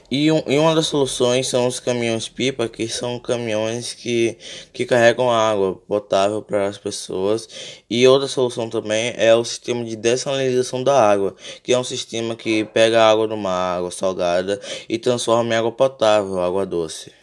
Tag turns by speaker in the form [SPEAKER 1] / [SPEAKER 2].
[SPEAKER 1] E uma das soluções são os caminhões-pipa, que são caminhões que carregam água potável para as pessoas. E outra solução também é o sistema de dessalinização da água, que é um sistema que pega a água de uma água salgada e transforma em água potável, água doce.